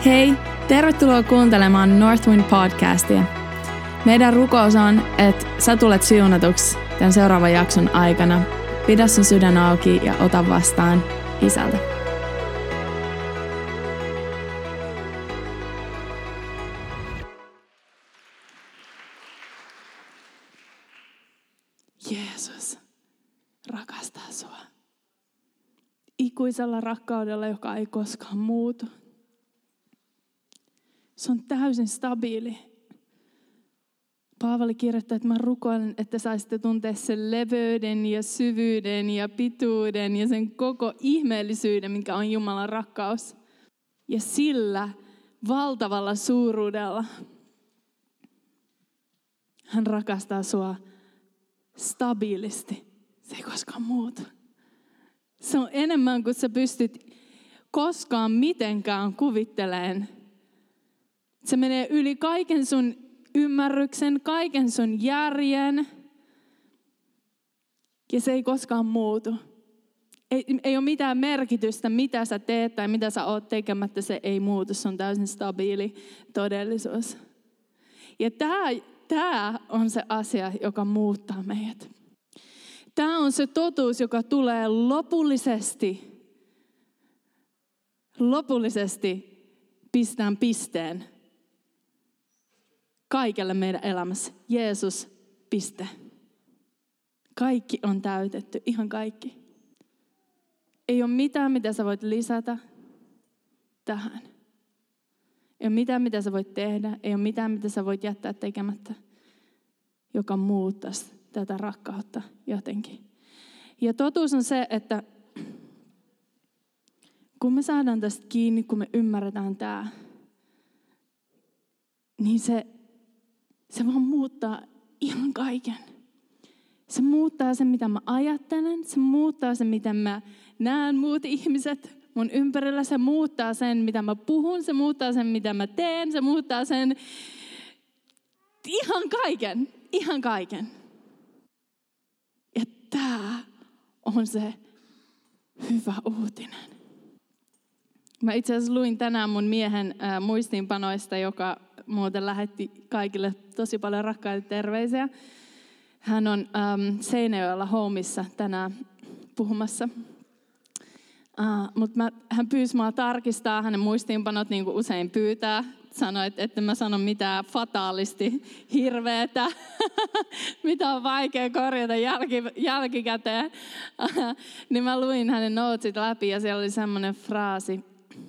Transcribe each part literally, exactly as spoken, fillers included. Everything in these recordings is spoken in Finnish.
Hei, tervetuloa kuuntelemaan Northwind podcastia. Meidän rukous on, että sä tulet siunatuksi tämän seuraavan jakson aikana. Pidä sun sydän auki ja ota vastaan Isältä. Jeesus rakastaa sua. Ikuisella rakkaudella, joka ei koskaan muutu. Se on täysin stabiili. Paavali kirjoittaa, että mä rukoilen, että saisitte tuntea sen leveyden ja syvyyden ja pituuden ja sen koko ihmeellisyyden, mikä on Jumalan rakkaus. Ja sillä valtavalla suuruudella hän rakastaa sua stabiilisti. Se ei koskaan muutu. Se on enemmän kuin sä pystyt koskaan mitenkään kuvitteleen. Se menee yli kaiken sun ymmärryksen, kaiken sun järjen. Ja se ei koskaan muutu. Ei, ei ole mitään merkitystä, mitä sä teet tai mitä sä oot tekemättä, se ei muutu. Se on täysin stabiili todellisuus. Ja tämä, tämä on se asia, joka muuttaa meidät. Tämä on se totuus, joka tulee lopullisesti, lopullisesti pistään pisteen kaikelle meidän elämässä. Jeesus, piste. Kaikki on täytetty, ihan kaikki. Ei ole mitään, mitä sä voit lisätä tähän. Ei ole mitään, mitä sä voit tehdä. Ei ole mitään, mitä sä voit jättää tekemättä, joka muuttaisi tätä rakkautta jotenkin. Ja totuus on se, että kun me saadaan tästä kiinni, kun me ymmärretään tämä, niin se, se vaan muuttaa ihan kaiken. Se muuttaa sen, mitä mä ajattelen. Se muuttaa sen, miten mä näen muut ihmiset mun ympärillä. Se muuttaa sen, mitä mä puhun. Se muuttaa sen, mitä mä teen. Se muuttaa sen ihan kaiken. Ihan kaiken. Ja tämä on se hyvä uutinen. Mä itse asiassa luin tänään mun miehen äh, muistiinpanoista, joka muuten lähetti kaikille tosi paljon rakkaita terveisiä. Hän on ähm, Seinäjoella Homeissa tänään puhumassa. Uh, Mutta hän pyysi mua tarkistaa hänen muistiinpanot, niin kuin usein pyytää. Sanoi, että että mä sano mitään fataalisti hirveetä, mitä on vaikea korjata jälki, jälkikäteen. Uh, niin mä luin hänen notesit läpi ja siellä oli semmoinen fraasi,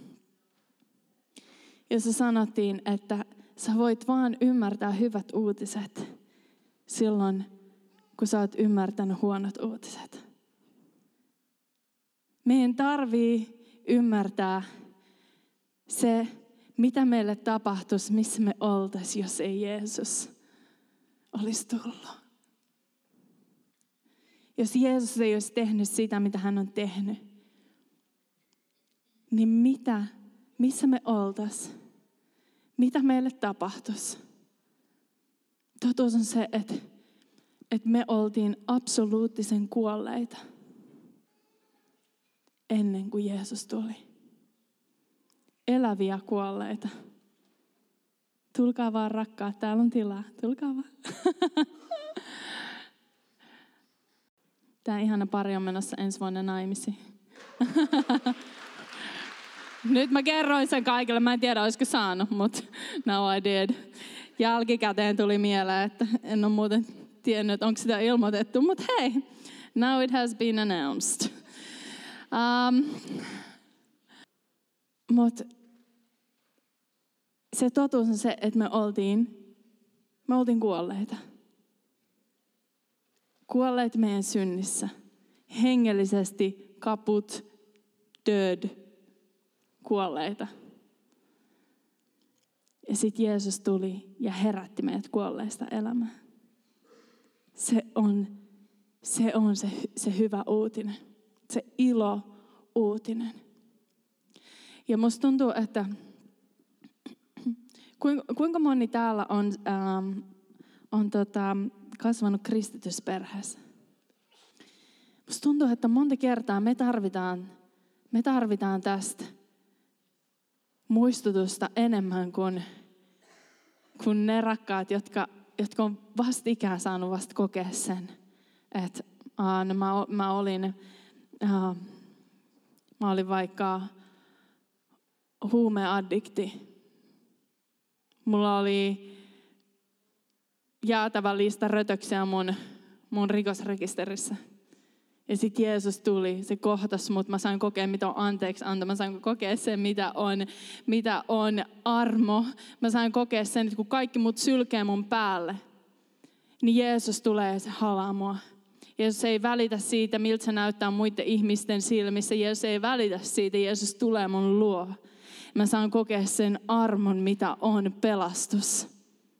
jossa sanottiin, että sä voit vaan ymmärtää hyvät uutiset silloin, kun sä oot ymmärtänyt huonot uutiset. Meidän tarvii ymmärtää se, mitä meille tapahtuisi, missä me oltaisiin, jos ei Jeesus olisi tullut. Jos Jeesus ei olisi tehnyt sitä, mitä hän on tehnyt, niin mitä, missä me oltaisiin? Mitä meille tapahtuisi? Totuus on se, että, että me oltiin absoluuttisen kuolleita ennen kuin Jeesus tuli. Eläviä kuolleita. Tulkaa vaan rakkaat, täällä on tilaa. Tulkaa vaan. Tämä ihana pari on menossa ensi vuonna naimisiin. Nyt mä kerroin sen kaikille. Mä en tiedä, olisiko saanut, mutta now I did. Jälkikäteen tuli mieleen, että en ole muuten tiennyt, että onko sitä ilmoitettu. Mutta hei, now it has been announced. Um, Mutta se totuus on se, että me oltiin, me oltiin kuolleita. Kuolleet meidän synnissä. Hengellisesti kaput, död, kuolleita. Ja sitten Jeesus tuli ja herätti meidät kuolleista elämään. Se on se, on se, se hyvä uutinen. Se ilo uutinen. Ja musta tuntuu, että kuinka moni täällä on, ähm, on tota, kasvanut kristitysperheessä. Musta tuntuu, että monta kertaa me tarvitaan, me tarvitaan tästä muistutusta enemmän kuin, kuin ne rakkaat, jotka, jotka on vastikään saanut vasta kokea sen. Että aa, no mä, mä, olin, aa, mä olin vaikka huumeaddikti. Mulla oli jäätävä lista rötöksiä mun, mun rikosrekisterissä. Ja sitten Jeesus tuli, se kohtasi mut. Mä sain kokea, mitä on anteeksi anto. Mä sain kokea sen, mitä on, mitä on armo. Mä sain kokea sen, että kun kaikki mut sylkee mun päälle, niin Jeesus tulee ja se halaa mua. Jeesus ei välitä siitä, miltä se näyttää muiden ihmisten silmissä. Jeesus ei välitä siitä, Jeesus tulee mun luo. Mä saan kokea sen armon, mitä on pelastus.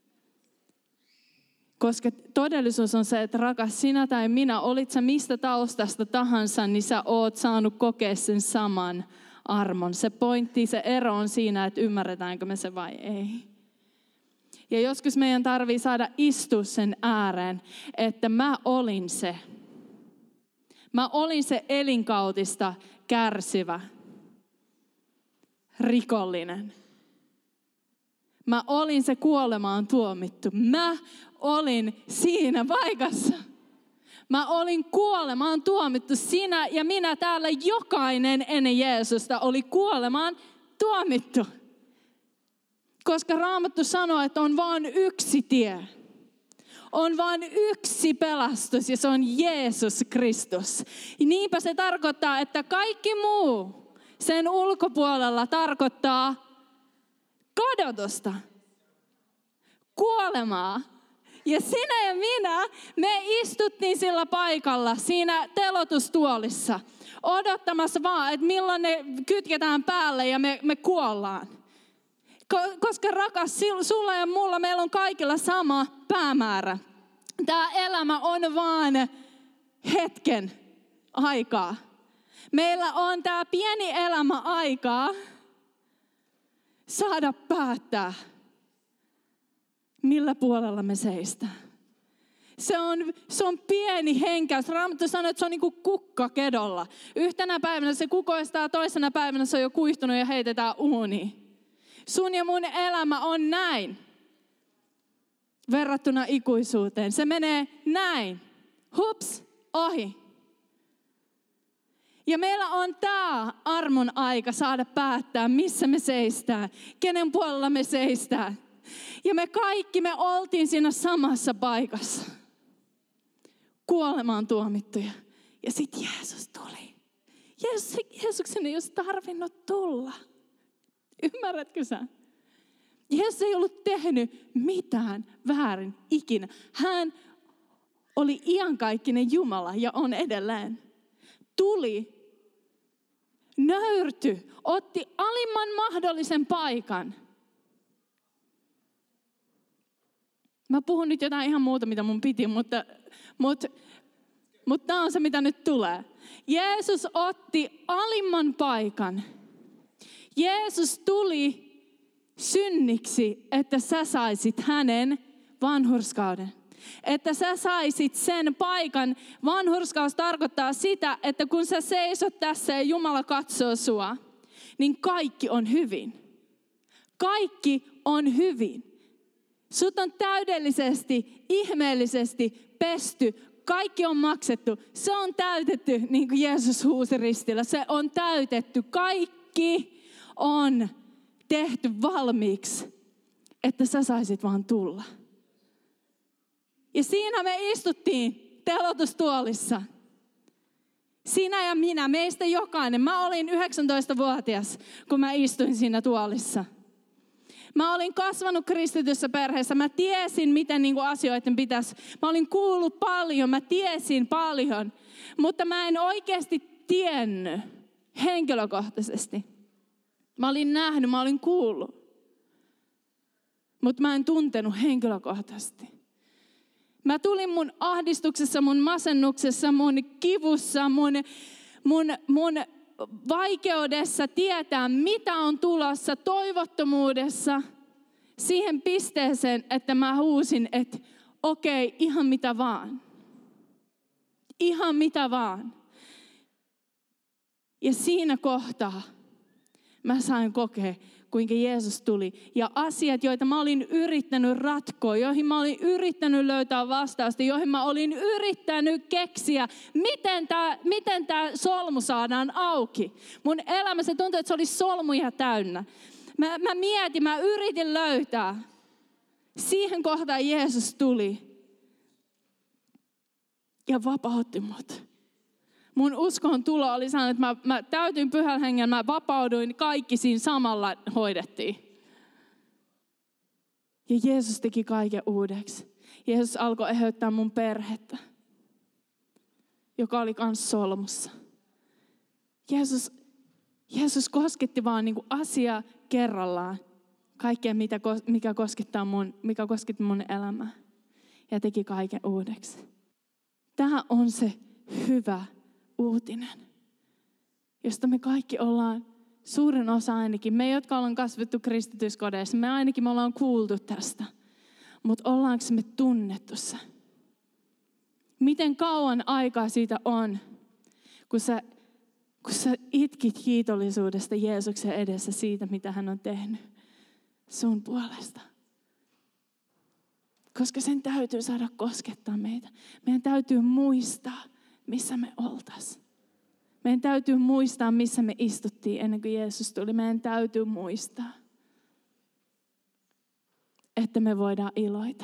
Koska todellisuus on se, että rakas sinä tai minä, olit sä mistä taustasta tahansa, niin sä oot saanut kokea sen saman armon. Se pointti, se ero on siinä, että ymmärretäänkö me se vai ei. Ja joskus meidän tarvii saada istua sen ääreen, että mä olin se. Mä olin se elinkautista kärsivä rikollinen. Mä olin se kuolemaan tuomittu. Mä olin siinä paikassa. Mä olin kuolemaan tuomittu. Sinä ja minä täällä jokainen ennen Jeesusta oli kuolemaan tuomittu. Koska Raamattu sanoo, että on vain yksi tie. On vain yksi pelastus ja se on Jeesus Kristus. Ja niinpä se tarkoittaa, että kaikki muu sen ulkopuolella tarkoittaa kadotusta, kuolemaa. Ja sinä ja minä, me istuttiin sillä paikalla siinä telotustuolissa, odottamassa vaan, että milloin ne kytketään päälle ja me, me kuollaan. Koska rakas, sulla ja mulla, meillä on kaikilla sama päämäärä. Tämä elämä on vaan hetken aikaa. Meillä on tämä pieni elämä aikaa saada päättää, millä puolella me seistään. Se on, se on pieni henkäys. Raamattu sanoo, että se on niin kuin kukka kedolla. Yhtenä päivänä se kukoistaa, toisena päivänä se on jo kuihtunut ja heitetään uuniin. Sun ja mun elämä on näin verrattuna ikuisuuteen. Se menee näin. Hups, ohi. Ja meillä on tämä armon aika saada päättää, missä me seistään, kenen puolella me seistään. Ja me kaikki me oltiin siinä samassa paikassa. Kuolemaan tuomittuja. Ja sitten Jeesus tuli. Jeesus, Jeesuksen ei olisi tarvinnut tulla. Ymmärrätkö sä? Jeesus ei ollut tehnyt mitään väärin ikinä. Hän oli iankaikkinen Jumala ja on edelleen. Tuli, nöyrtyi, otti alimman mahdollisen paikan. Mä puhun nyt jotain ihan muuta, mitä mun piti, mutta, mutta, mutta tämä on se, mitä nyt tulee. Jeesus otti alimman paikan. Jeesus tuli synniksi, että sä saisit hänen vanhurskauden. Että sä saisit sen paikan. Vanhurskaus tarkoittaa sitä, että kun sä seisot tässä ja Jumala katsoo sua, niin kaikki on hyvin. Kaikki on hyvin. Sut on täydellisesti, ihmeellisesti pesty. Kaikki on maksettu. Se on täytetty, niin kuin Jeesus huusi ristillä. Se on täytetty. Kaikki on tehty valmiiksi, että sä saisit vaan tulla. Ja siinä me istuttiin telotustuolissa. Sinä ja minä, meistä jokainen. Mä olin yhdeksäntoistavuotias, kun mä istuin siinä tuolissa. Mä olin kasvanut kristityssä perheessä. Mä tiesin, miten niin kuin asioiden pitäisi. Mä olin kuullut paljon, mä tiesin paljon. Mutta mä en oikeasti tiennyt henkilökohtaisesti. Mä olin nähnyt, mä olin kuullut. Mutta mä en tuntenut henkilökohtaisesti. Mä tulin mun ahdistuksessa, mun masennuksessa, mun kivussa, mun, mun, mun vaikeudessa tietää, mitä on tulossa, toivottomuudessa siihen pisteeseen, että mä huusin, että okei, ihan mitä vaan. Ihan mitä vaan. Ja siinä kohtaa mä sain kokea, kuinka Jeesus tuli. Ja asiat, joita mä olin yrittänyt ratkoa, joihin mä olin yrittänyt löytää vastausta, joihin mä olin yrittänyt keksiä, miten tämä miten tää solmu saadaan auki. Mun elämässä tuntui, että se oli solmuja täynnä. Mä, mä mietin, mä yritin löytää. Siihen kohtaan Jeesus tuli ja vapautti mut. Mun uskon tulo oli sellainen, että mä, mä täytyin pyhällä hengellä, mä vapauduin, kaikki siinä samalla hoidettiin. Ja Jeesus teki kaiken uudeksi. Jeesus alkoi eheyttää mun perhettä, joka oli kans solmussa. Jeesus, Jeesus kosketti vaan niin kuin asia kerrallaan. Kaikkea, mikä koskettaa mun, mikä kosketti mun elämää. Ja teki kaiken uudeksi. Tämä on se hyvä uutinen, josta me kaikki ollaan, suurin osa ainakin, me jotka ollaan kasvettu kristityskodeissa, me ainakin me ollaan kuultu tästä. Mutta ollaanko me tunnettu se? Miten kauan aikaa siitä on, kun sä, kun sä itkit kiitollisuudesta Jeesuksen edessä siitä, mitä hän on tehnyt sun puolesta? Koska sen täytyy saada koskettaa meitä. Meidän täytyy muistaa, missä me oltaisiin. Meidän täytyy muistaa, missä me istuttiin ennen kuin Jeesus tuli. Meidän täytyy muistaa, että me voidaan iloita.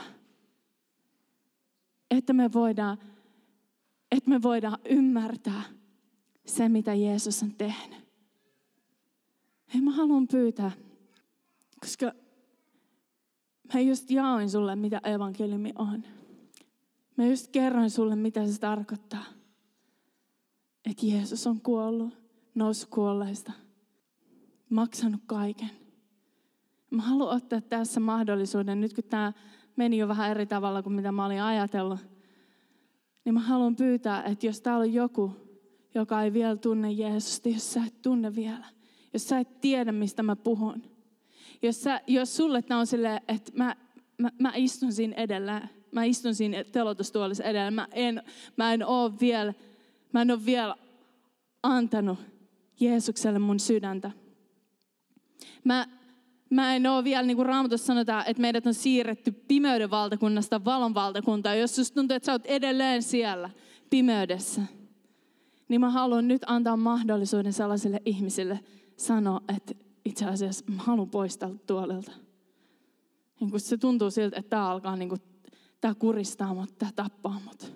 Että me voidaan, että me voidaan ymmärtää se, mitä Jeesus on tehnyt. Hei, mä haluan pyytää, koska mä just jaoin sulle, mitä evankeliumi on. Mä just kerroin sulle, mitä se tarkoittaa. Että Jeesus on kuollut, noussut kuolleista, maksanut kaiken. Mä haluan ottaa tässä mahdollisuuden, nyt kun tämä meni jo vähän eri tavalla kuin mitä mä olin ajatellut, niin mä haluan pyytää, että jos täällä on joku, joka ei vielä tunne Jeesusta, jos sä et tunne vielä, jos sä et tiedä, mistä mä puhun, jos, sä, jos sulle tämä on silleen, että mä, mä, mä istun siinä edellä, mä istun siinä teloitustuolissa edellä, mä en, mä en ole vielä, mä en ole vielä antanut Jeesukselle mun sydäntä. Mä, mä en ole vielä, niin kuin Raamatussa sanotaan, että meidät on siirretty pimeyden valtakunnasta valon valtakuntaan. Jos susta tuntuu, että sä oot edelleen siellä pimeydessä, niin mä haluan nyt antaa mahdollisuuden sellaisille ihmisille sanoa, että itse asiassa mä haluan pois tältä tuolilta. Niin kun se tuntuu siltä, että tämä alkaa, niin kuin, tämä kuristaa mut, tämä tappaa mut.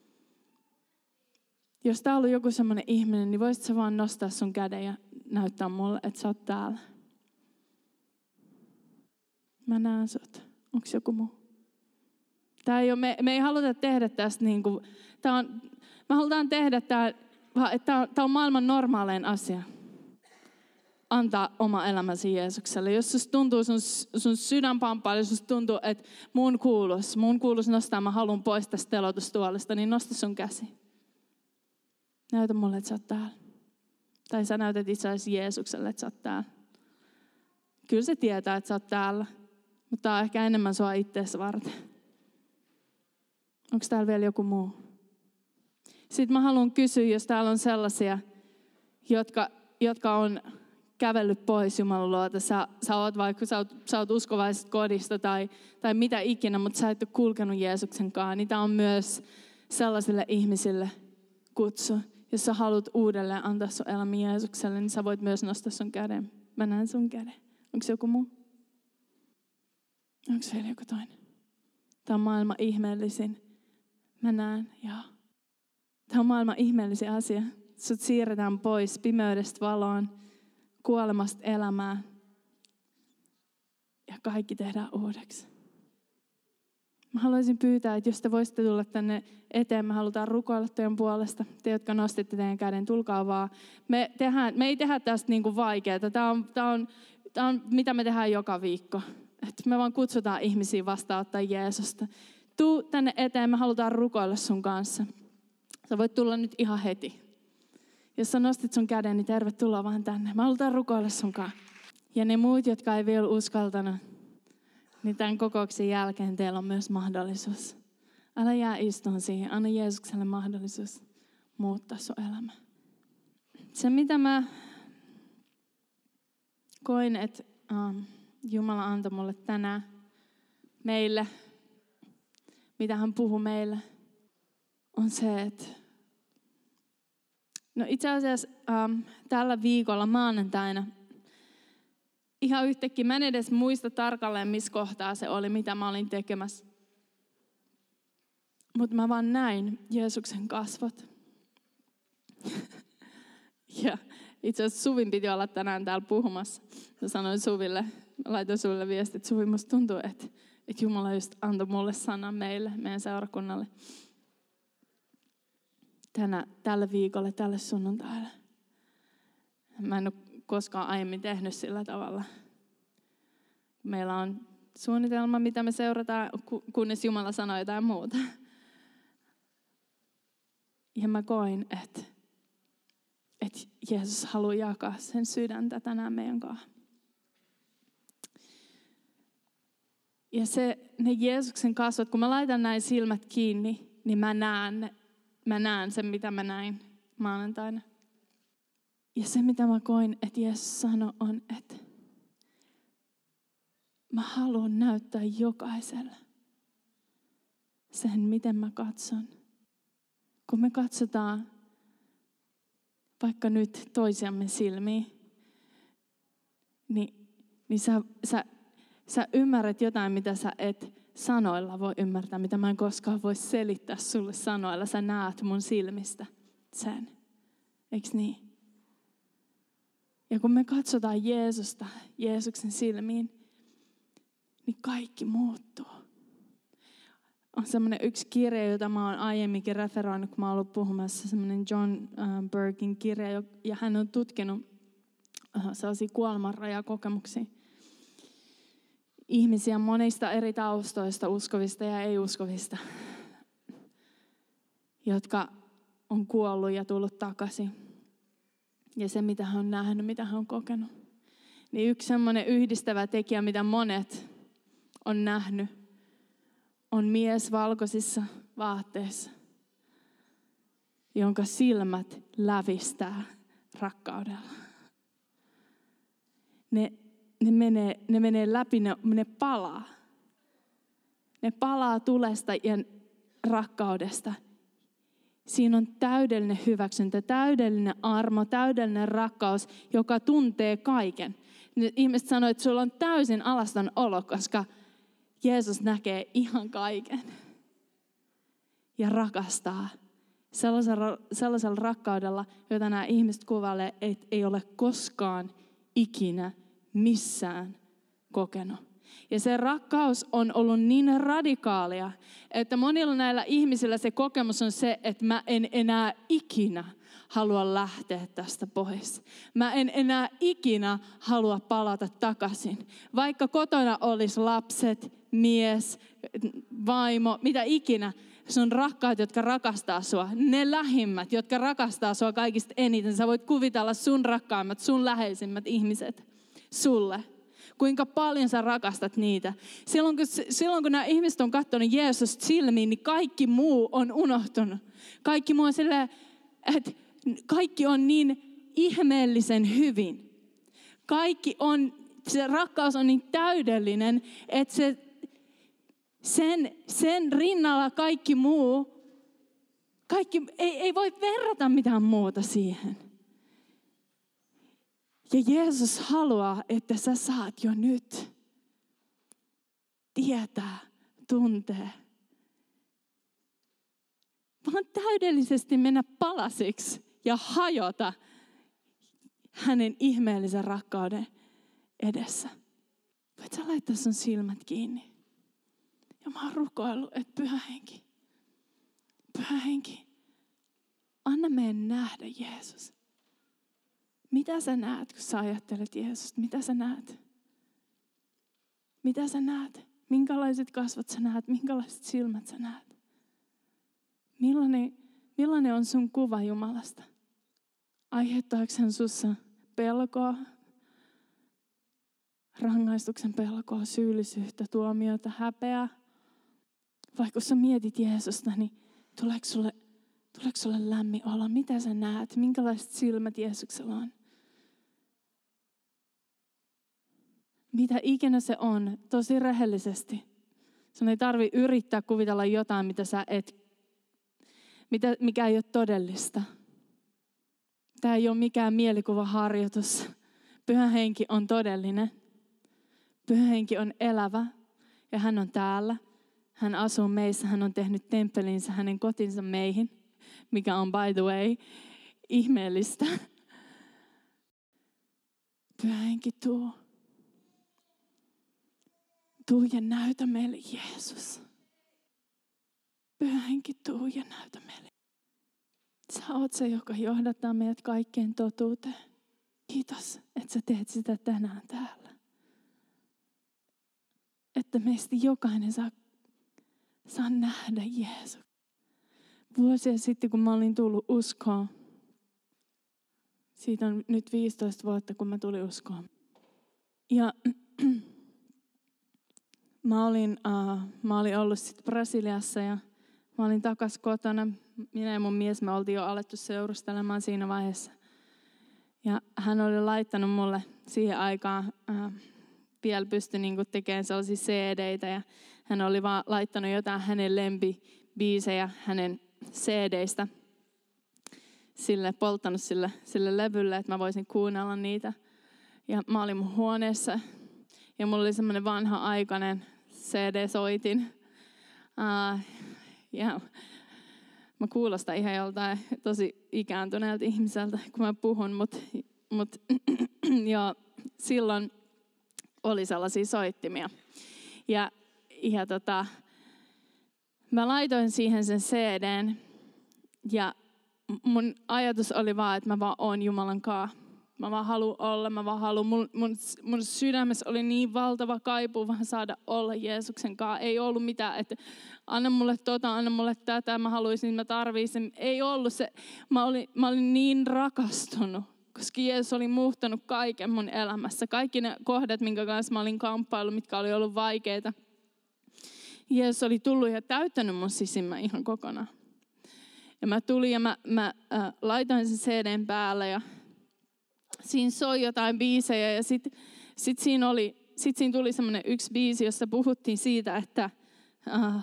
Jos täällä on joku semmoinen ihminen, niin voisit sä vaan nostaa sun käden ja näyttää mulle, että sä oot täällä. Mä näen sut. Onko joku muu? Tää ei ole, me, me ei haluta tehdä tästä niin kuin, tää on, me halutaan tehdä tää, että tää on maailman normaalein asia. Antaa oma elämäsi Jeesukselle. Jos susta tuntuu, sun, sun sydän pamppaa, jos susta tuntuu, että mun kuulus, mun kuulus nostaa, mä haluan pois tästä teloitustuolista, niin nosta sun käsi. Näytä mulle, että sä oot täällä. Tai sä näytät itse asiassa Jeesukselle, että sä oot täällä. Kyllä se tietää, että sä oot täällä, mutta tää on ehkä enemmän sua itseäsi varten. Onko täällä vielä joku muu? Sitten mä haluan kysyä, jos täällä on sellaisia, jotka, jotka on kävellyt pois Jumalan luota. Sä, sä oot vaikka sä oot, sä oot uskovaisesta kodista tai, tai mitä ikinä, mutta sä et ole kulkenut Jeesuksen kanssa. Niin tää on myös sellaisille ihmisille kutsu. Jos sä haluat uudelleen antaa sun elämä Jeesukselle, niin sä voit myös nostaa sun käden. Mä näen sun käden. Onko se joku muu? Onko vielä joku toinen? Tämä on maailman ihmeellisin. Mä näen, joo. Tämä on maailman ihmeellisin asia. Sut siirretään pois pimeydestä valoon, kuolemasta elämään. Ja kaikki tehdään uudeksi. Mä haluaisin pyytää, että jos te voisitte tulla tänne eteen, me halutaan rukoilla teidän puolesta. Te, jotka nostitte teidän käden, tulkaa vaan. Me, tehdään, me ei tehdä tästä niin kuin vaikeaa. Tämä on, tämä, on, tämä on, mitä me tehdään joka viikko. Että me vaan kutsutaan ihmisiä vastaanottaa Jeesusta. Tuu tänne eteen, me halutaan rukoilla sun kanssa. Sä voit tulla nyt ihan heti. Jos sä nostit sun käden, niin tervetuloa vaan tänne. Me halutaan rukoilla sun kanssa. Ja ne muut, jotka ei vielä uskaltanut, niin tämän kokouksen jälkeen teillä on myös mahdollisuus. Älä jää istumaan siihen. Anna Jeesukselle mahdollisuus muuttaa sun elämä. Se, mitä mä koin, että um, Jumala antoi mulle tänään meille, mitä hän puhui meille, on se, että no itse asiassa um, tällä viikolla maanantaina ihan yhtäkkiä, mä en edes muista tarkalleen, missä kohtaa se oli, mitä mä olin tekemässä. Mutta mä vaan näin Jeesuksen kasvot. Ja itse asiassa Suvin piti olla tänään täällä puhumassa. Mä sanoin Suville, mä laitoin Suville viesti, että Suvi, musta tuntuu, että, että Jumala just antoi mulle sanan meille, meidän seurakunnalle. Tänä, tälle viikolle, tälle sunnuntaille. Mä en ole koskaan aiemmin tehnyt sillä tavalla. Meillä on suunnitelma, mitä me seurataan, kunnes Jumala sanoo jotain muuta. Ja mä koin, että, että Jeesus haluaa jakaa sen sydäntä tänään meidän kanssa. Ja se, ne Jeesuksen kasvot, kun mä laitan näin silmät kiinni, niin mä näen, mä näen sen, mitä mä näin maanantaina. Ja se, mitä mä koin, että Jeesus sanoi, on, että mä haluan näyttää jokaiselle sen, miten mä katson. Kun me katsotaan vaikka nyt toisiamme silmiin, niin, niin sä, sä, sä ymmärrät jotain, mitä sä et sanoilla voi ymmärtää, mitä mä en koskaan voi selittää sulle sanoilla. Sä näet mun silmistä sen. Eiks niin? Ja kun me katsotaan Jeesusta, Jeesuksen silmiin, niin kaikki muuttuu. On semmoinen yksi kirja, jota mä oon aiemminkin referoinut, kun mä oon ollut puhumassa, semmoinen John Bergin kirja, ja hän on tutkinut sellaisia kuolemanrajakokemuksia. Ihmisiä monista eri taustoista, uskovista ja ei-uskovista, jotka on kuollut ja tullut takaisin. Ja se, mitä hän on nähnyt, mitä hän on kokenut. Niin yksi semmoinen yhdistävä tekijä, mitä monet on nähnyt, on mies valkoisissa vaatteissa, jonka silmät lävistää rakkaudella. Ne, ne, menee, ne menee läpi, ne, ne palaa. Ne palaa tulesta ja rakkaudesta. Siinä on täydellinen hyväksyntä, täydellinen armo, täydellinen rakkaus, joka tuntee kaiken. Ihmiset sanoo, että sulla on täysin alaston olo, koska Jeesus näkee ihan kaiken ja rakastaa sellaisella, sellaisella rakkaudella, jota nämä ihmiset kuvailee, että ei ole koskaan ikinä missään kokenut. Ja se rakkaus on ollut niin radikaalia, että monilla näillä ihmisillä se kokemus on se, että mä en enää ikinä halua lähteä tästä pois. Mä en enää ikinä halua palata takaisin. Vaikka kotona olisi lapset, mies, vaimo, mitä ikinä, sun rakkaat, jotka rakastaa sua, ne lähimmät, jotka rakastaa sua kaikista eniten. Sä voit kuvitella sun rakkaimmat, sun läheisimmät ihmiset sulle. Kuinka paljon sä rakastat niitä. Silloin kun, silloin kun nämä ihmiset on katsonut Jeesusta silmiin, niin kaikki muu on unohtunut. Kaikki muu on silleen, että kaikki on niin ihmeellisen hyvin. Kaikki on, se rakkaus on niin täydellinen, että se, sen, sen rinnalla kaikki muu, kaikki, ei, ei voi verrata mitään muuta siihen. Ja Jeesus haluaa, että sä saat jo nyt tietää, tuntea. Vaan täydellisesti mennä palasiksi ja hajota hänen ihmeellisen rakkauden edessä. Voit sä laittaa sun silmät kiinni. Ja mä oon rukoillut, että Pyhä Henki, Pyhä Henki, anna meidän nähdä Jeesus. Mitä sä näet, kun sä ajattelet Jeesusta? Mitä sä näet? Mitä sä näet? Minkälaiset kasvot sä näet? Minkälaiset silmät sä näet? Millainen, millainen on sun kuva Jumalasta? Aiheuttaako hän sussa pelkoa, rangaistuksen pelkoa, syyllisyyttä, tuomiota, häpeää? Vai kun sä mietit Jeesusta, niin tuleeko sulle, tuleeko sulle lämmin olo? Mitä sä näet? Minkälaiset silmät Jeesuksella on? mitä ikinä se on, tosi rehellisesti. Sun ei tarvitse yrittää kuvitella jotain, mitä sä et, mitä, mikä ei ole todellista. Tämä ei ole mikään mielikuvaharjoitus. Pyhä Henki on todellinen. Pyhä Henki on elävä ja hän on täällä. Hän asuu meissä, hän on tehnyt temppelinsä, hänen kotinsa meihin, mikä on by the way ihmeellistä. Pyhä Henki, tuu. Tuu ja näytä meille Jeesus. Pyhä Henki, tuu ja näytä meille. Sä oot se, joka johdattaa meidät kaikkeen totuuteen. Kiitos, että sä teet sitä tänään täällä. Että meistä jokainen saa, saa nähdä Jeesus. Vuosia sitten, kun mä olin tullut uskoon. Siitä on nyt viisitoista vuotta, kun mä tulin uskoon. Ja mä olin, uh, mä olin ollut sitten Brasiliassa ja mä olin takas kotona. Minä ja mun mies, me oltiin jo alettu seurustelemaan siinä vaiheessa. Ja hän oli laittanut mulle siihen aikaan, uh, vielä pystyi niinku tekemään sellaisia C D:itä. Ja hän oli vaan laittanut jotain hänen lempibiisejä hänen C D:istä. Sille, polttanut sille, sille levylle, että mä voisin kuunnella niitä. Ja mä olin mun huoneessa ja mulla oli semmoinen vanha aikainen C D-soitin. Uh, ja mä kuulostan ihan joltain tosi ikääntyneeltä ihmiseltä, kun mä puhun, mutta mut, jo silloin oli sellaisia soittimia. Ja, ja tota, mä laitoin siihen sen C D:n ja mun ajatus oli vaan, että mä vaan oon Jumalan kaa. Mä vaan haluan olla, mä vaan haluan. Mun, mun, mun sydämessä oli niin valtava kaipuu vaan saada olla Jeesuksen kaa. Ei ollut mitään, että anna mulle tota, anna mulle tätä, mä haluaisin, mä tarvitsin. Ei ollut se. Mä olin, mä olin niin rakastunut, koska Jeesus oli muuttanut kaiken mun elämässä. Kaikki ne kohdat, minkä kanssa mä olin kamppaillut, mitkä oli ollut vaikeita. Jeesus oli tullut ja täyttänyt mun sisimmän ihan kokonaan. Ja mä tulin ja mä, mä äh, laitoin sen C D:n päälle ja siinä soi jotain biisejä ja sitten sit siinä, sit siinä tuli semmoinen yksi biisi, jossa puhuttiin siitä, että äh,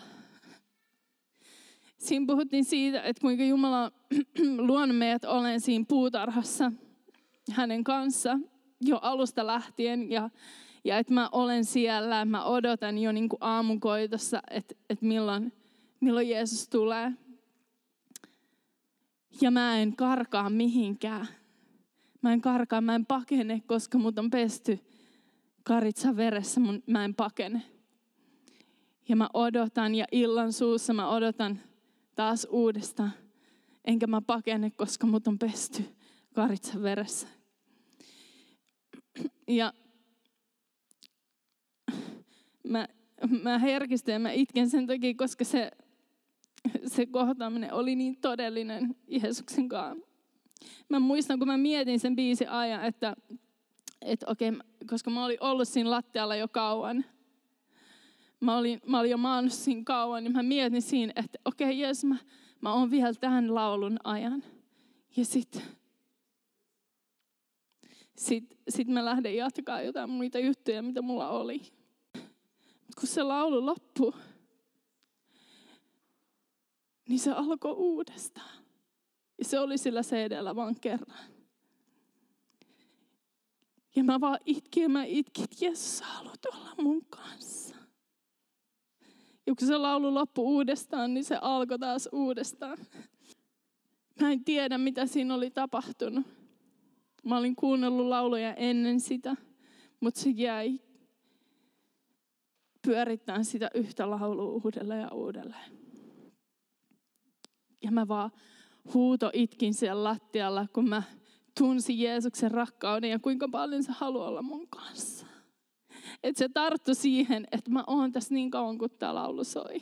siinä puhuttiin siitä, että kuinka Jumala on luonut meidät olen siinä puutarhassa hänen kanssa jo alusta lähtien ja, ja että mä olen siellä, mä odotan jo niin kuin aamunkoitossa, että, että milloin, milloin Jeesus tulee. Ja mä en karkaa mihinkään. Mä en karkaa, mä en pakene, koska mut on pesty karitsan veressä, mun, mä en pakene. Ja mä odotan ja illan suussa mä odotan taas uudestaan. Enkä mä pakene, koska mut on pesty karitsan veressä. Ja mä, mä herkistyn ja mä itken sen takia, koska se... Se kohtaaminen oli niin todellinen Jeesuksen kanssa. Mä muistan, kun mä mietin sen biisin ajan, että, että okei, koska mä olin ollut siinä lattialla jo kauan. Mä olin, mä olin jo maannut siinä kauan, niin mä mietin siinä, että okei, Jeesus, mä, mä oon vielä tämän laulun ajan. Ja sit, sit, sit mä lähden jatkaa jotain muita juttuja, mitä mulla oli. Mut kun se laulu loppui, niin se alkoi uudestaan. Ja se oli sillä C D:llä vaan kerran. Ja mä vaan itkin ja mä itkin, että Jeesus, sä haluat olla mun kanssa. Ja kun se laulu loppui uudestaan, niin se alkoi taas uudestaan. Mä en tiedä, mitä siinä oli tapahtunut. Mä olin kuunnellut lauluja ennen sitä, mutta se jäi pyörittämään sitä yhtä laulua uudelleen ja uudelleen. Ja mä vaan huuto itkin siellä lattialla, kun mä tunsin Jeesuksen rakkauden ja kuinka paljon se haluaa olla mun kanssa. Että se tarttui siihen, että mä oon tässä niin kauan, kun tää laulu soi.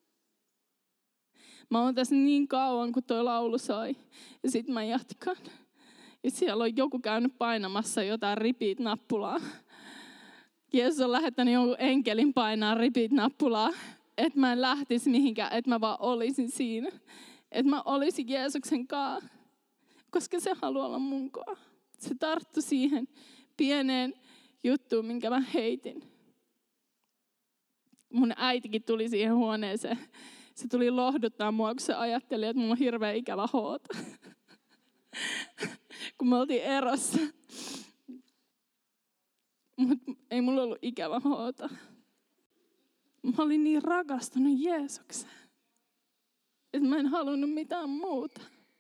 Mä oon tässä niin kauan, kun toi laulu soi. Ja sit mä jatkan. Ja siellä on joku käynyt painamassa jotain repeat-nappulaa. Jeesus on lähettänyt jonkun enkelin painaa repeat-nappulaa. Että mä en lähtisi mihinkään, että mä vaan olisin siinä. Että mä olisin Jeesuksen kanssa, koska se haluaa olla mun kanssa. Se tarttui siihen pieneen juttuun, minkä mä heitin. Mun äitikin tuli siihen huoneeseen. Se tuli lohduttaa mua, kun se ajatteli, että mulla on hirveä ikävä hoota. Kun me oltiin erossa. Mutta ei mulla ollut ikävä hoota. Mä olin niin rakastunut Jeesukseen, että mä en halunnut mitään muuta.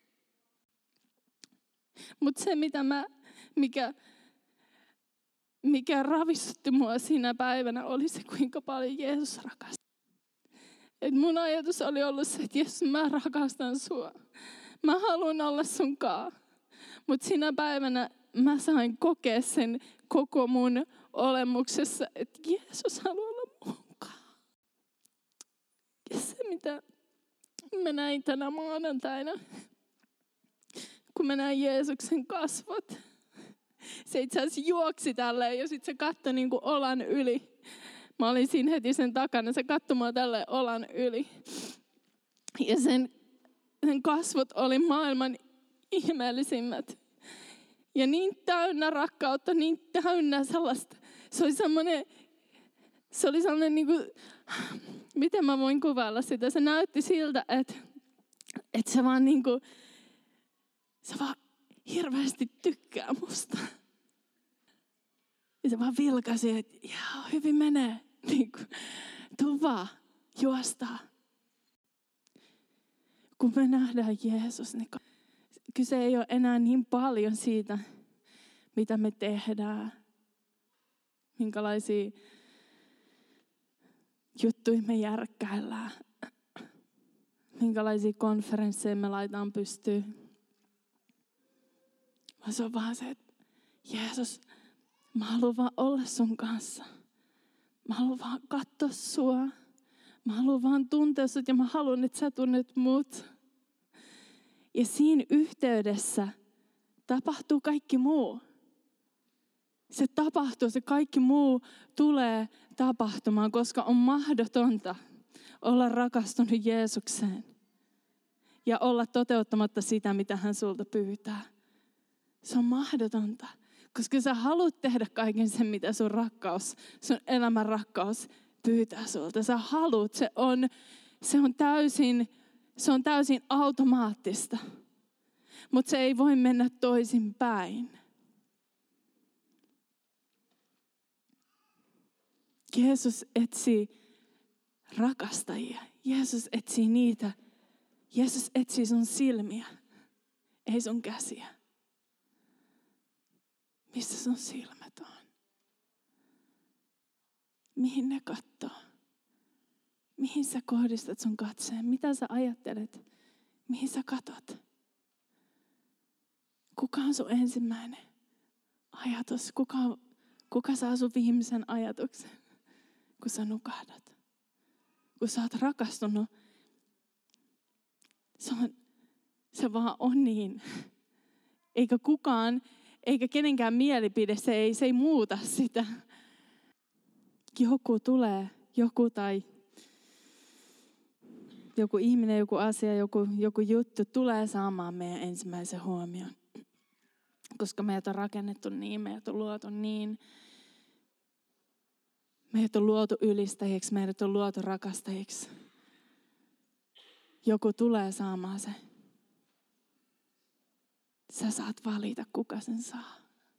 Mutta se, mitä mä, mikä, mikä ravistutti mua siinä päivänä, oli se, kuinka paljon Jeesus rakastaa. Et mun ajatus oli ollut se, että Jeesus, mä rakastan sua. Mä haluan olla sunkaan. Mutta siinä päivänä mä sain kokea sen koko mun olemuksessa, että Jeesus haluaa olla munkaan. Ja se, mitä mä näin tänä maanantaina, kun mä näin Jeesuksen kasvot. Se itse asiassa juoksi tälleen ja sitten se katsoi niin kuin olan yli. Mä olin siinä heti sen takana, se katsoi mua tälleen olan yli. Ja sen, sen kasvot oli maailman ihmeellisimmät. Ja niin täynnä rakkautta, niin täynnä sellaista. Se oli semmoinen, se oli sellainen niin kuin, miten mä voin kuvailla sitä. Se näytti siltä, että, että se vaan niin kuin, se vaan hirveästi tykkää musta. Ja se vaan vilkasi, että jaa, hyvin menee. Niin kuin, tuu vaan, juostaa. Kun me nähdään Jeesus, niin kyse ei ole enää niin paljon siitä, mitä me tehdään. Minkälaisia juttuja me järkkäillään. Minkälaisia konferensseja me laitetaan pystyyn. Vaan se on vaan se, että Jeesus, mä haluan vaan olla sun kanssa. Mä haluan vaan katsoa sua. Mä haluan vaan tuntea sut ja mä haluan, että sä tunnet mut. Ja siinä yhteydessä tapahtuu kaikki muu. Se tapahtuu, se kaikki muu tulee tapahtumaan, koska on mahdotonta olla rakastunut Jeesukseen ja olla toteuttamatta sitä, mitä hän sulta pyytää. Se on mahdotonta, koska sä haluat tehdä kaiken sen, mitä sun rakkaus, sun elämän rakkaus pyytää sulta. Sä haluat, se on, se on täysin, se on täysin automaattista, mutta se ei voi mennä toisinpäin. Jeesus etsii rakastajia. Jeesus etsii niitä. Jeesus etsii sun silmiä, ei sun käsiä. Missä sun silmät on? Mihin ne katsoo? Mihin sä kohdistat sun katseen? Mitä sä ajattelet? Mihin sä katot? Kuka on sun ensimmäinen ajatus? Kuka, kuka saa sun viimeisen ajatuksen, kun sä nukahdat? Kun sä oot rakastunut, se, on, se vaan on niin. Eikä kukaan, eikä kenenkään mielipide, se ei, se ei muuta sitä. Joku tulee, joku tai joku ihminen, joku asia, joku, joku juttu tulee saamaan meidän ensimmäisen huomion. Koska meidät on rakennettu niin, meidät on luotu niin. Meidät on luotu ylistäjiksi, meidät on luotu rakastajiksi. Joku tulee saamaan se. Sä saat valita, kuka sen saa.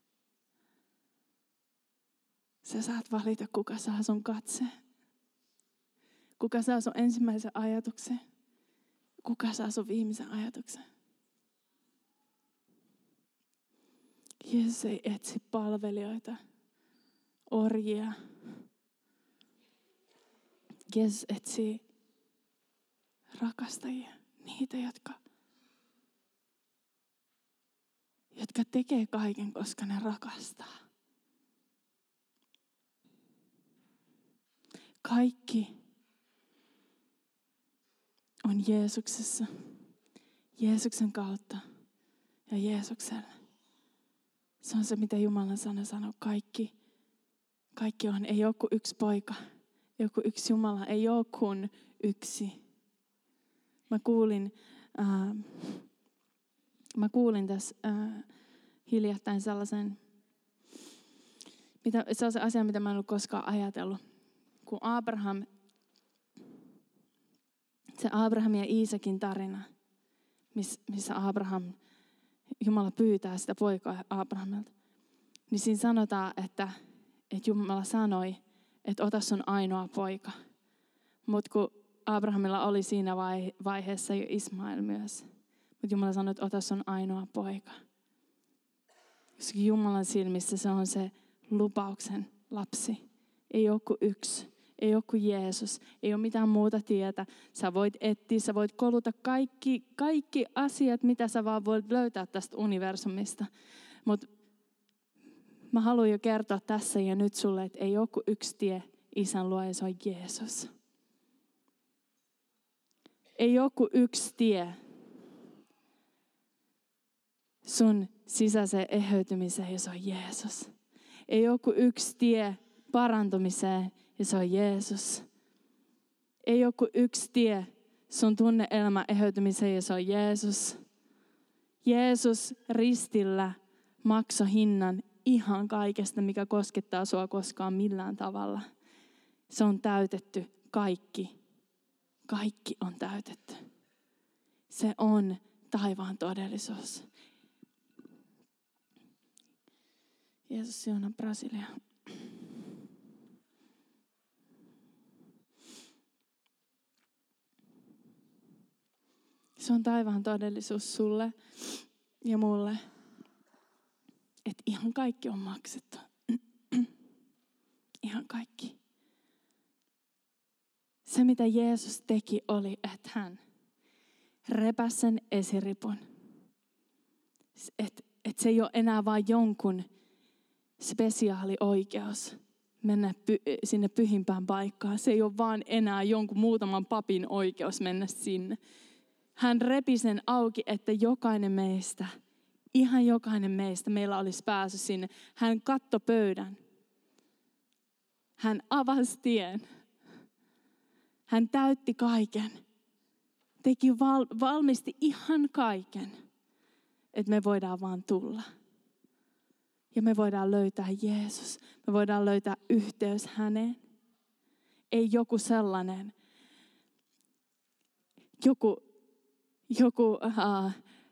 Sä saat valita, kuka saa sun katseen. Kuka saa sun ensimmäisen ajatuksen. Kuka saa sun viimeisen ajatuksen. Jeesus ei etsi palvelijoita, orjia. Jeesus etsii rakastajia, niitä, jotka, jotka tekee kaiken, koska ne rakastaa. Kaikki on Jeesuksessa, Jeesuksen kautta ja Jeesuksella. Se on se, mitä Jumalan sana sanoo. Kaikki, kaikki on. Ei ole kuin yksi poika, ei ole kuin yksi Jumala, ei ole kuin yksi. Mä kuulin, äh, mä kuulin tässä äh, hiljattain sellaisen mitä, se on se asia, mitä mä en ole koskaan ajatellut. Kun Abraham, se Abraham ja Iisakin tarina, missä Abraham, Jumala pyytää sitä poikaa Abrahamilta, niin siinä sanotaan, että, että Jumala sanoi, että ota sun ainoa poika. Mutta kun Abrahamilla oli siinä vaiheessa jo Ismael myös. Mutta Jumala sanoi, että ota sun ainoa poika. Koska Jumalan silmissä se on se lupauksen lapsi. Ei ole kuin yksi. Ei ole kuin Jeesus. Ei ole mitään muuta tietä. Sä voit etsiä, sä voit koluta kaikki, kaikki asiat, mitä sä vaan voit löytää tästä universumista. Mutta mä haluan jo kertoa tässä ja nyt sulle, että ei ole kuin yksi tie Isän luo ja se on Jeesus. Ei ole kuin yksi tie sun sisäiseen eheytymiseen ja se on Jeesus. Ei ole kuin yksi tie parantumiseen ja se on Jeesus. Ei ole kuin yksi tie sun tunne-elämän eheytymiseen ja se on Jeesus. Jeesus ristillä maksoi hinnan ihan kaikesta, mikä koskettaa sua koskaan millään tavalla. Se on täytetty kaikki. Kaikki on täytetty. Se on taivaan todellisuus. Jeesus siunaa Brasilia. Se on taivaan todellisuus sulle ja mulle. Että ihan kaikki on maksettu. Ihan kaikki. Se, mitä Jeesus teki, oli, että hän repäsi sen esiripun. Että et se ei ole enää vain jonkun spesiaali oikeus mennä py- sinne pyhimpään paikkaan. Se ei ole vaan enää jonkun muutaman papin oikeus mennä sinne. Hän repi sen auki, että jokainen meistä, ihan jokainen meistä, meillä olisi päässyt sinne. Hän kattoi pöydän. Hän avasi tien. Hän täytti kaiken. Teki val- valmisti ihan kaiken, että me voidaan vaan tulla. Ja me voidaan löytää Jeesus. Me voidaan löytää yhteys häneen. Ei joku sellainen, joku, joku uh,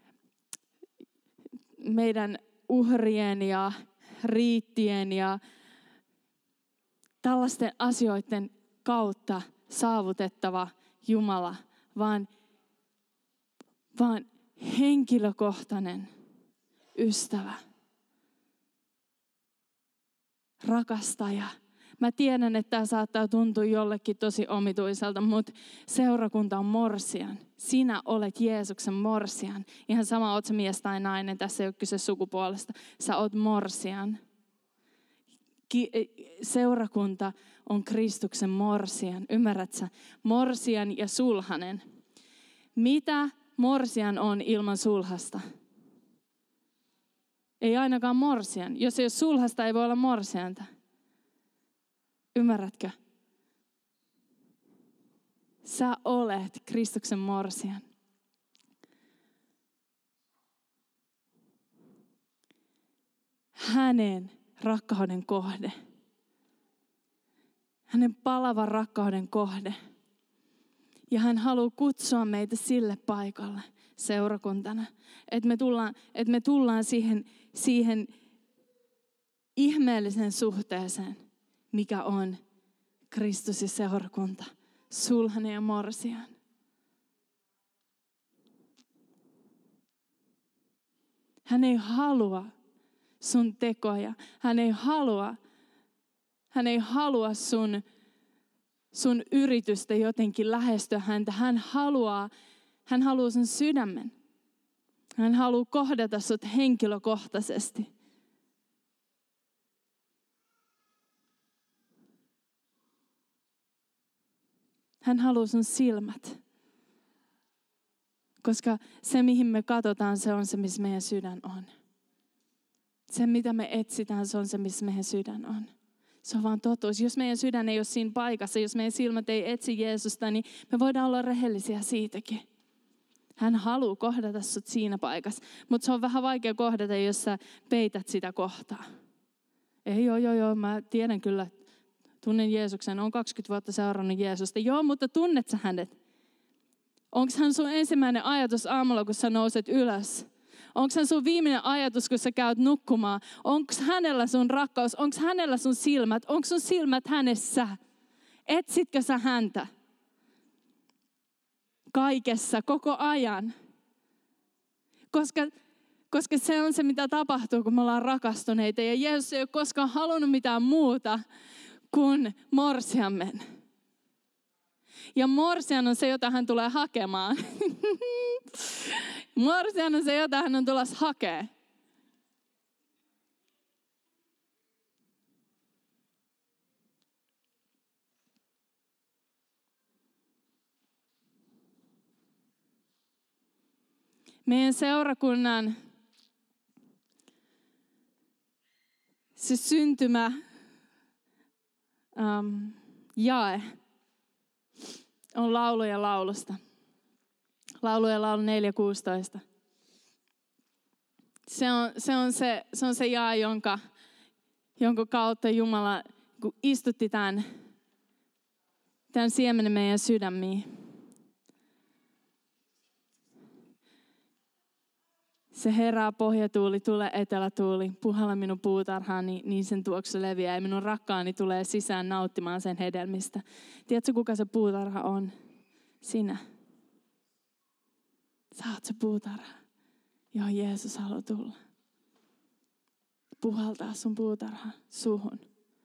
meidän uhrien ja riittien ja tällaisten asioiden kautta saavutettava Jumala, vaan, vaan henkilökohtainen ystävä. Rakastaja. Mä tiedän, että tämä saattaa tuntua jollekin tosi omituiselta, mutta seurakunta on morsian. Sinä olet Jeesuksen morsian. Ihan sama, oot sä mies tai nainen, tässä ei ole kyse sukupuolesta. Sä oot morsian. Seurakunta on Kristuksen morsian. Ymmärrät sä? Morsian ja sulhanen. Mitä morsian on ilman sulhasta? Ei ainakaan morsian. Jos ei ole sulhasta, ei voi olla morsianta. Ymmärrätkö? Sä olet Kristuksen morsian. Hänen rakkauden kohde. Hänen palavan rakkauden kohde. Ja hän haluaa kutsua meitä sille paikalle seurakuntana. Että me tullaan, että me tullaan siihen, siihen ihmeellisen suhteeseen, mikä on Kristus ja seurakunta. Sulhanen ja morsian. Hän ei halua sun tekoja. Hän ei halua, hän ei halua sun, sun yritystä jotenkin lähestyä häntä. Hän haluaa, hän haluaa sun sydämen. Hän haluaa kohdata sut henkilökohtaisesti. Hän haluaa sun silmät. Koska se, mihin me katsotaan, se on se, missä meidän sydän on. Se, mitä me etsitään, se on se, missä meidän sydän on. Se on vaan totuus. Jos meidän sydän ei ole siinä paikassa, jos meidän silmät ei etsi Jeesusta, niin me voidaan olla rehellisiä siitäkin. Hän haluaa kohdata sut siinä paikassa. Mutta se on vähän vaikea kohdata, jos sä peität sitä kohtaa. Ei, joo, joo, joo, mä tiedän kyllä, tunnen Jeesuksen, olen kaksikymmentä vuotta seurannut Jeesusta. Joo, mutta tunnet sä hänet? Onko hän sun ensimmäinen ajatus aamulla, kun sä nouset ylös? Onko hän sun viimeinen ajatus, kun sä käyt nukkumaan? Onko hänellä sun rakkaus? Onko hänellä sun silmät? Onko sun silmät hänessä? Etsitkö sä häntä? Kaikessa, koko ajan. Koska, koska se on se, mitä tapahtuu, kun me ollaan rakastuneita. Ja Jeesus ei ole koskaan halunnut mitään muuta kuin morsiamen. Ja morsian on se, jota hän tulee hakemaan. Morsian on se, jota hän on tulossa hakemaan. Meidän seurakunnan se syntymä um, jae on lauluja laulusta. Lauluja laulu neljä kuusitoista. Se on se, on se, se, on se jae, jonka, jonka kautta Jumala istutti tämän, tämän siemenen meidän sydämiin. Se herää pohjatuuli, tulee etelätuuli, puhalla minun puutarhaani, niin sen tuoksu leviää. Ja minun rakkaani tulee sisään nauttimaan sen hedelmistä. Tiedätkö, kuka se puutarha on? Sinä. Sä oot se puutarha, johon Jeesus haluaa tulla. Puhaltaa sun puutarha suhun.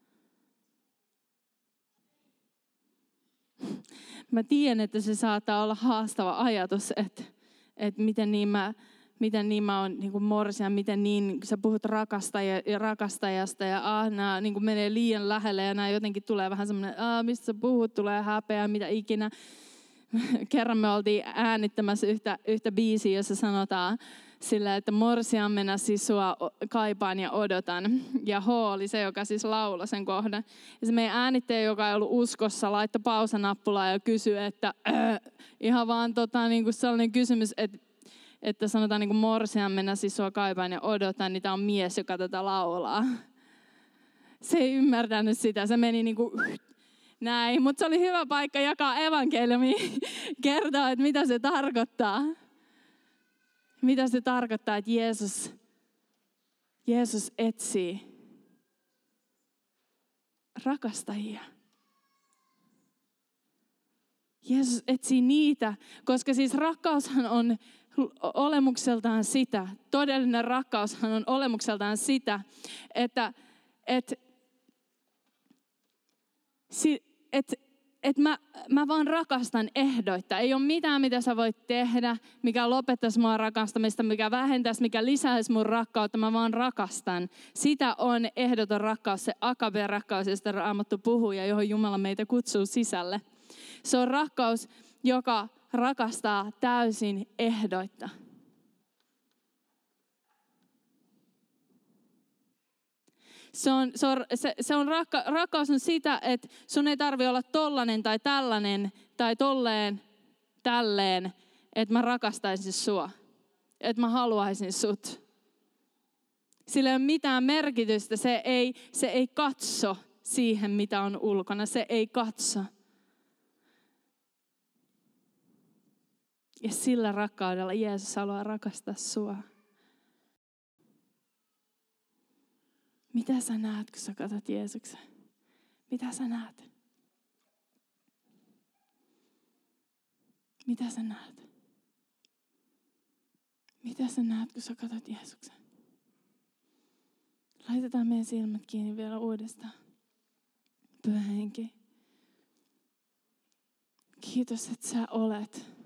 Mä tiedän, että se saattaa olla haastava ajatus, että, että miten niin mä... Miten niin mä oon niin morsian, miten niin, sä puhut rakastaja, ja rakastajasta ja ah, nämä niin menee liian lähelle ja nämä jotenkin tulee vähän semmoinen, ah, mistä sä puhut, tulee häpeä, mitä ikinä. Kerran me oltiin äänittämässä yhtä, yhtä biisiä, jossa sanotaan sillä, että morsiammena siis sua kaipaan ja odotan. Ja H oli se, joka siis lauloi sen kohdan. Ja se meidän äänittäjä, joka ei ollut uskossa, laittoi pausanappulaa ja kysyi, että äh, ihan vaan tota, niin kuin sellainen kysymys, että että sanotaan niin kuin morsiammena siis sua kaipaan ja odotan, niin tämä on mies, joka tätä laulaa. Se ei ymmärtänyt sitä, se meni niin kuin näin, mutta se oli hyvä paikka jakaa evankeliumia, kertoa, että mitä se tarkoittaa. Mitä se tarkoittaa, että Jeesus, Jeesus etsii rakastajia. Jeesus etsii niitä, koska siis rakkaushan on olemukseltaan sitä, todellinen rakkaushan on olemukseltaan sitä, että et, et, et mä, mä vaan rakastan ehdoitta. Ei ole mitään, mitä sä voit tehdä, mikä lopettaisi mua rakastamista, mikä vähentäisi, mikä lisäisi mun rakkautta. Mä vaan rakastan. Sitä on ehdoton rakkaus, se agape-rakkaus, josta Raamattu puhuu ja johon Jumala meitä kutsuu sisälle. Se on rakkaus, joka rakastaa täysin ehdoitta. Se on, se on, se, se on rakka, rakkaus on sitä, että sun ei tarvitse olla tollanen tai tällainen tai tolleen, tälleen, että mä rakastaisin sua. Että mä haluaisin sut. Sillä ei ole mitään merkitystä. Se ei, se ei katso siihen, mitä on ulkona. Se ei katso. Ja sillä rakkaudella Jeesus haluaa rakastaa sua. Mitä sä näet, kun sä katsot Jeesuksen? Mitä sä näet? Mitä sä näet? Mitä sä näet, kun sä katsot Jeesuksen? Laitetaan meidän silmät kiinni vielä uudestaan. Pyhä Henki. Kiitos, että sä olet.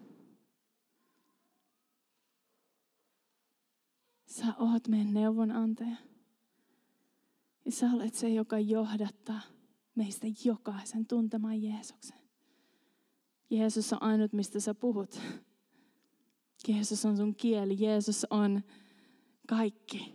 Sä oot meidän neuvonantaja. Ja sä olet se, joka johdattaa meistä jokaisen tuntemaan Jeesuksen. Jeesus on ainut, mistä sä puhut. Jeesus on sun kieli. Jeesus on kaikki.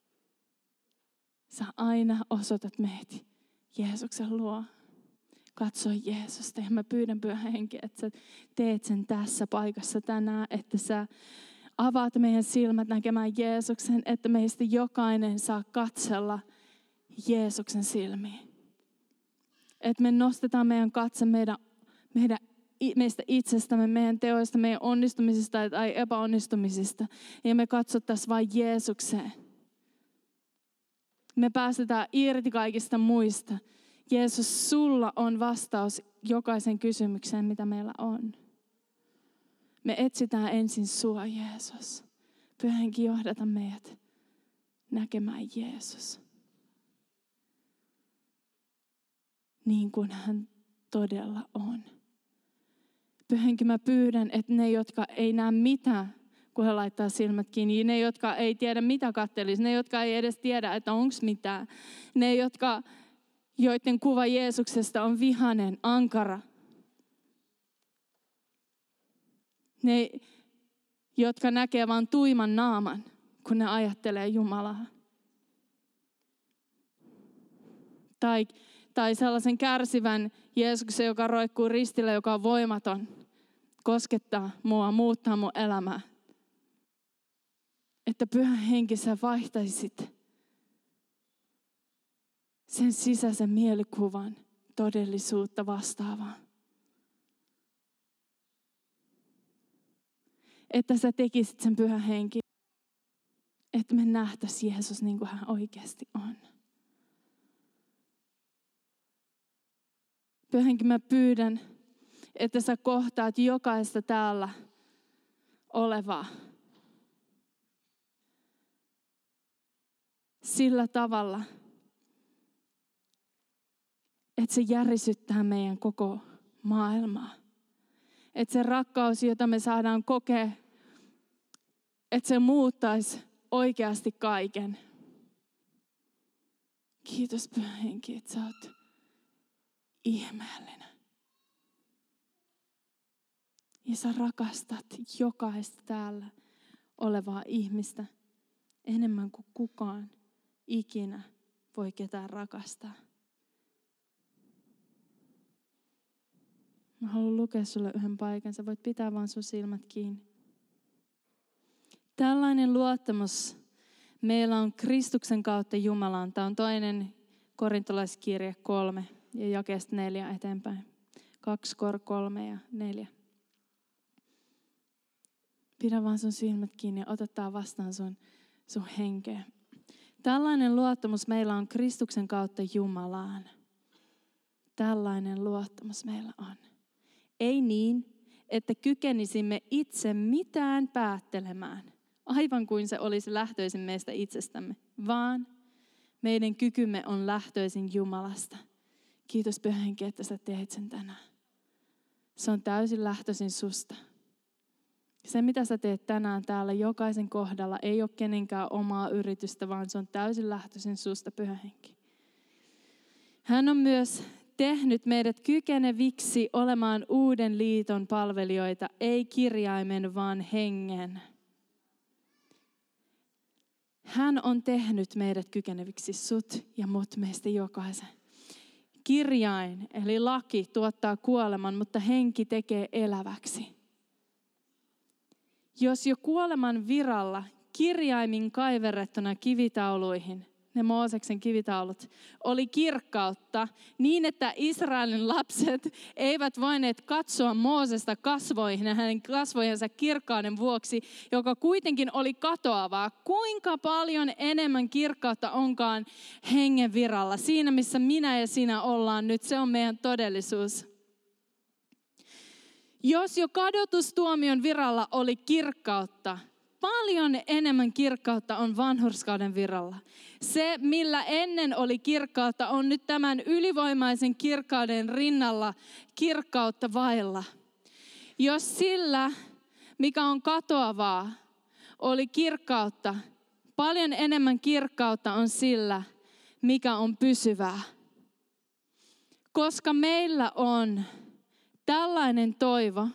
Sä aina osoitat meitä Jeesuksen luo. Katso Jeesusta. Ja mä pyydän, Pyhä Henki, että sä teet sen tässä paikassa tänään, että sä avaat meidän silmät näkemään Jeesuksen, että meistä jokainen saa katsella Jeesuksen silmiin. Että me nostetaan meidän katse meidän, meidän, meistä itsestämme, meidän teoista, meidän onnistumisista tai epäonnistumisista. Ja me katsottaisiin vain Jeesukseen. Me päästetään irti kaikista muista. Jeesus, sulla on vastaus jokaisen kysymykseen, mitä meillä on. Me etsitään ensin sua, Jeesus. Pyhä Henki, johdata meidät näkemään Jeesus. Niin kuin hän todella on. Pyhä Henki, mä pyydän, että ne, jotka ei näe mitään, kun he laittaa silmät kiinni, ne, jotka ei tiedä mitä kattelisi, ne, jotka ei edes tiedä, että onko mitään, ne, jotka, joiden kuva Jeesuksesta on vihainen, ankara, ne, jotka näkee vain tuiman naaman, kun ne ajattelee Jumalaa. Tai, tai sellaisen kärsivän Jeesuksen, joka roikkuu ristillä, joka on voimaton, koskettaa mua, muuttaa mun elämää. Että Pyhä Henki, sä vaihtaisit sen sisäisen mielikuvan todellisuutta vastaavaan. Että sä tekisit sen, Pyhä Henki, että me nähtäisiin Jeesus niin kuin hän oikeasti on. Pyhä Henki, mä pyydän, että sä kohtaat jokaista täällä olevaa sillä tavalla, että se järisyttää meidän koko maailmaa. Että se rakkaus, jota me saadaan kokea, että se muuttaisi oikeasti kaiken. Kiitos, Pyhä Henki, että sä oot ihmeellinen. Ja sä rakastat jokaista täällä olevaa ihmistä enemmän kuin kukaan ikinä voi ketään rakastaa. Mä haluan lukea sulle yhden paikan. Sä voit pitää vaan sun silmät kiinni. Tällainen luottamus meillä on Kristuksen kautta Jumalaan. Tämä on toinen korintolaiskirje kolme ja jakeesta neljä eteenpäin. Kaksi, kor, kolme ja neljä. Pidä vaan sun silmät kiinni ja otetaan vastaan sun, sun henkeä. Tällainen luottamus meillä on Kristuksen kautta Jumalaan. Tällainen luottamus meillä on. Ei niin, että kykenisimme itse mitään päättelemään, aivan kuin se olisi lähtöisin meistä itsestämme, vaan meidän kykymme on lähtöisin Jumalasta. Kiitos, Pyhä Henki, että sä teet sen tänään. Se on täysin lähtöisin susta. Se, mitä sä teet tänään täällä jokaisen kohdalla, ei ole kenenkään omaa yritystä, vaan se on täysin lähtöisin susta, Pyhä Henki. Hän on myös tehnyt meidät kykeneviksi olemaan uuden liiton palvelijoita, ei kirjaimen, vaan hengen. Hän on tehnyt meidät kykeneviksi, sut ja mut, meistä jokaisen. Kirjain, eli laki, tuottaa kuoleman, mutta henki tekee eläväksi. Jos jo kuoleman viralla kirjaimin kaiverrettuna kivitauluihin, ne Mooseksen kivitaulut, oli kirkkautta niin, että Israelin lapset eivät voineet katsoa Moosesta kasvoihin ja hänen kasvojensa kirkkauden vuoksi, joka kuitenkin oli katoavaa. Kuinka paljon enemmän kirkkautta onkaan hengen viralla? Siinä, missä minä ja sinä ollaan nyt, se on meidän todellisuus. Jos jo kadotustuomion viralla oli kirkkautta, paljon enemmän kirkkautta on vanhurskauden viralla. Se, millä ennen oli kirkkautta, on nyt tämän ylivoimaisen kirkkauden rinnalla kirkkautta vailla. Jos sillä, mikä on katoavaa, oli kirkkautta, paljon enemmän kirkkautta on sillä, mikä on pysyvää. Koska meillä on tällainen toivo,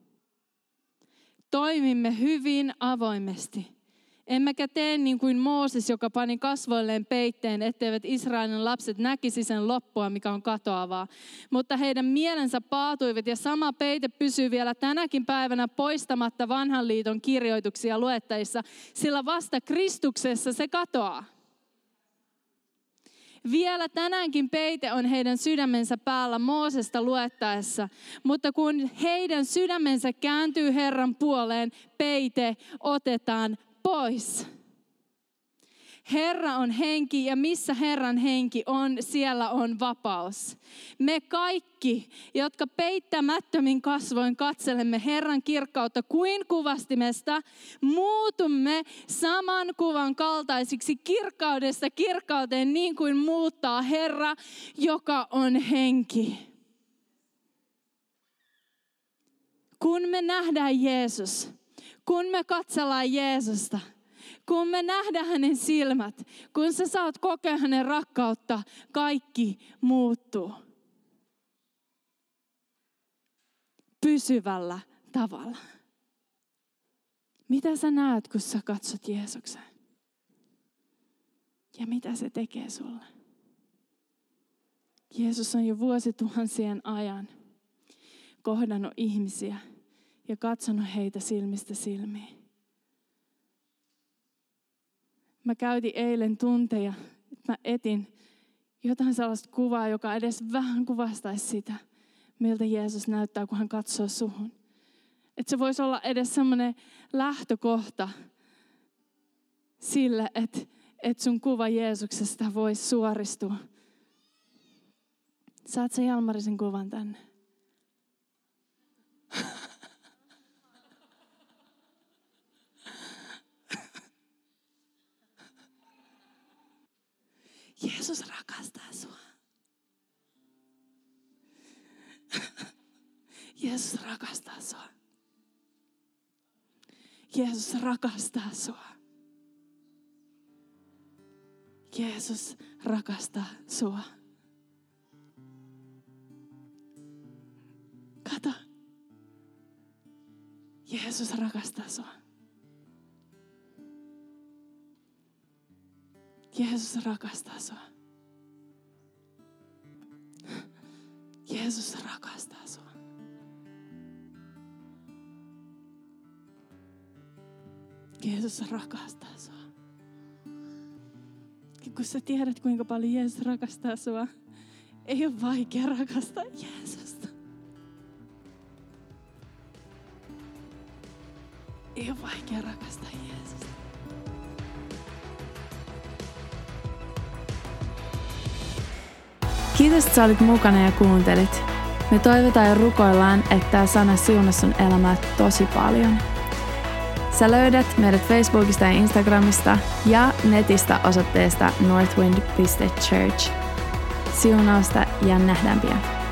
toimimme hyvin avoimesti. Emmekä tee niin kuin Mooses, joka pani kasvoilleen peitteen, etteivät Israelin lapset näkisi sen loppua, mikä on katoavaa. Mutta heidän mielensä paatuivat ja sama peite pysyy vielä tänäkin päivänä poistamatta vanhan liiton kirjoituksia luettaessa, sillä vasta Kristuksessa se katoaa. Vielä tänäänkin peite on heidän sydämensä päällä Moosesta luettaessa, mutta kun heidän sydämensä kääntyy Herran puoleen, peite otetaan pois. Herra on henki ja missä Herran henki on, siellä on vapaus. Me kaikki, jotka peittämättömin kasvoin katselemme Herran kirkkautta kuin kuvastimesta, muutumme saman kuvan kaltaisiksi kirkkaudesta kirkkauteen niin kuin muuttaa Herra, joka on henki. Kun me nähdään Jeesus, kun me katsellaan Jeesusta, kun me nähdään hänen silmät, kun sä saat kokea hänen rakkautta, kaikki muuttuu. Pysyvällä tavalla. Mitä sä näet, kun sä katsot Jeesukseen? Ja mitä se tekee sulle? Jeesus on jo vuosituhansien ajan kohdannut ihmisiä ja katsonut heitä silmistä silmiin. Mä käytin eilen tunteja, että mä etin jotain sellaista kuvaa, joka edes vähän kuvastaisi sitä, miltä Jeesus näyttää, kun hän katsoo suhun. Että se voisi olla edes semmoinen lähtökohta sille, että, että sun kuva Jeesuksesta voisi suoristua. Saat sä Jalmarisen kuvan tänne? Jeesus rakastaa sua. Jeesus rakastaa sua. Jeesus rakastaa sua. Jeesus rakastaa sua. Kato. Jeesus rakastaa sua. Jeesus rakastaa sua. Jeesus rakastaa sua. Jeesus rakastaa sua. Ja kun sä tiedät, kuinka paljon Jeesus rakastaa sua, ei ole vaikea rakastaa Jeesusta. Ei ole vaikea rakastaa Jeesusta. Kiitos, että sä olit mukana ja kuuntelit. Me toivotaan ja rukoillaan, että tämä sana siunasi sun elämää tosi paljon. Sä löydät meidät Facebookista ja Instagramista ja netistä osoitteesta northwind piste church. Siunausta ja nähdään pian.